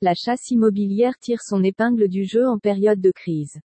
La chasse immobilière tire son épingle du jeu en période de crise.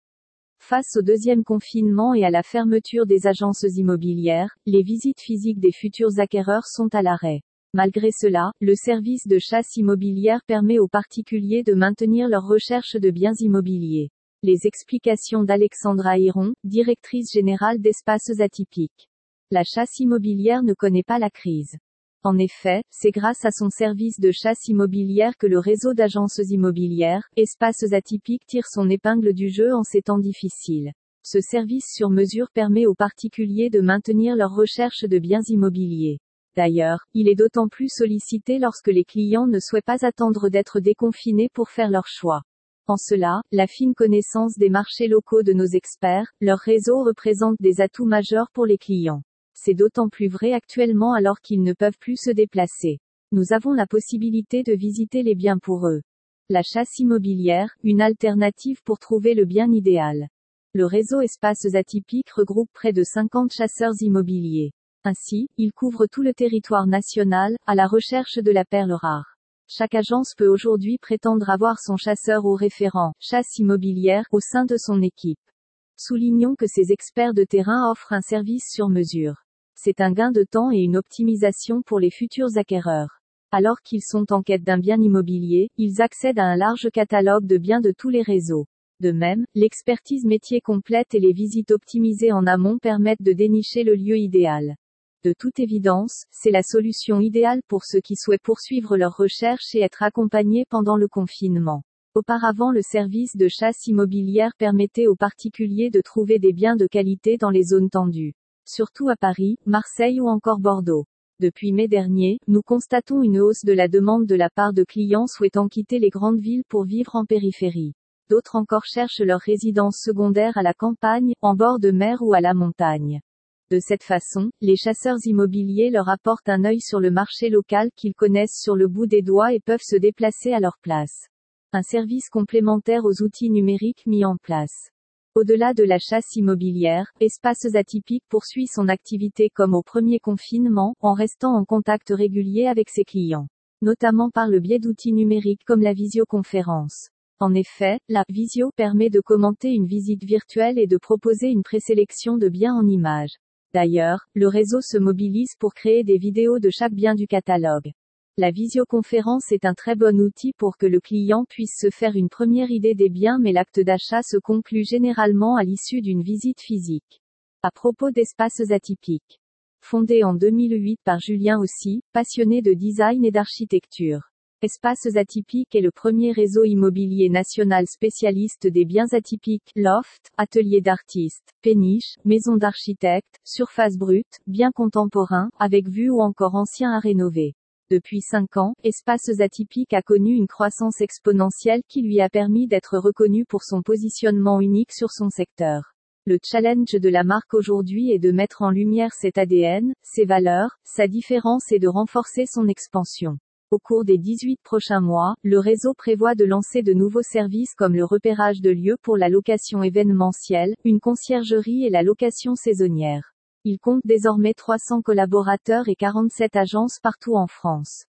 Face au deuxième confinement et à la fermeture des agences immobilières, les visites physiques des futurs acquéreurs sont à l'arrêt. Malgré cela, le service de chasse immobilière permet aux particuliers de maintenir leur recherche de biens immobiliers. Les explications d'Alexandra Hiron, directrice générale d'Espaces Atypiques. La chasse immobilière ne connaît pas la crise. En effet, c'est grâce à son service de chasse immobilière que le réseau d'agences immobilières, Espaces Atypiques tire son épingle du jeu en ces temps difficiles. Ce service sur mesure permet aux particuliers de maintenir leur recherche de biens immobiliers. D'ailleurs, il est d'autant plus sollicité lorsque les clients ne souhaitent pas attendre d'être déconfinés pour faire leur choix. En cela, la fine connaissance des marchés locaux de nos experts, leur réseau représente des atouts majeurs pour les clients. C'est d'autant plus vrai actuellement alors qu'ils ne peuvent plus se déplacer. Nous avons la possibilité de visiter les biens pour eux. La chasse immobilière, une alternative pour trouver le bien idéal. Le réseau Espaces Atypiques regroupe près de 50 chasseurs immobiliers. Ainsi, il couvre tout le territoire national, à la recherche de la perle rare. Chaque agence peut aujourd'hui prétendre avoir son chasseur ou référent, chasse immobilière, au sein de son équipe. Soulignons que ces experts de terrain offrent un service sur mesure. C'est un gain de temps et une optimisation pour les futurs acquéreurs. Alors qu'ils sont en quête d'un bien immobilier, ils accèdent à un large catalogue de biens de tous les réseaux. De même, l'expertise métier complète et les visites optimisées en amont permettent de dénicher le lieu idéal. De toute évidence, c'est la solution idéale pour ceux qui souhaitent poursuivre leurs recherches et être accompagnés pendant le confinement. Auparavant, le service de chasse immobilière permettait aux particuliers de trouver des biens de qualité dans les zones tendues. Surtout à Paris, Marseille ou encore Bordeaux. Depuis mai dernier, nous constatons une hausse de la demande de la part de clients souhaitant quitter les grandes villes pour vivre en périphérie. D'autres encore cherchent leur résidence secondaire à la campagne, en bord de mer ou à la montagne. De cette façon, les chasseurs immobiliers leur apportent un œil sur le marché local qu'ils connaissent sur le bout des doigts et peuvent se déplacer à leur place. Un service complémentaire aux outils numériques mis en place. Au-delà de la chasse immobilière, Espaces Atypiques poursuit son activité comme au premier confinement, en restant en contact régulier avec ses clients. Notamment par le biais d'outils numériques comme la visioconférence. En effet, la visio permet de commenter une visite virtuelle et de proposer une présélection de biens en images. D'ailleurs, le réseau se mobilise pour créer des vidéos de chaque bien du catalogue. La visioconférence est un très bon outil pour que le client puisse se faire une première idée des biens, mais l'acte d'achat se conclut généralement à l'issue d'une visite physique. À propos d'Espaces Atypiques. Fondé en 2008 par Julien Aussi, passionné de design et d'architecture. Espaces Atypiques est le premier réseau immobilier national spécialiste des biens atypiques, loft, ateliers d'artistes, péniches, maisons d'architectes, surfaces brutes, biens contemporains, avec vue ou encore anciens à rénover. Depuis 5 ans, Espaces Atypiques a connu une croissance exponentielle qui lui a permis d'être reconnu pour son positionnement unique sur son secteur. Le challenge de la marque aujourd'hui est de mettre en lumière cet ADN, ses valeurs, sa différence et de renforcer son expansion. Au cours des 18 prochains mois, le réseau prévoit de lancer de nouveaux services comme le repérage de lieux pour la location événementielle, une conciergerie et la location saisonnière. Il compte désormais 300 collaborateurs et 47 agences partout en France.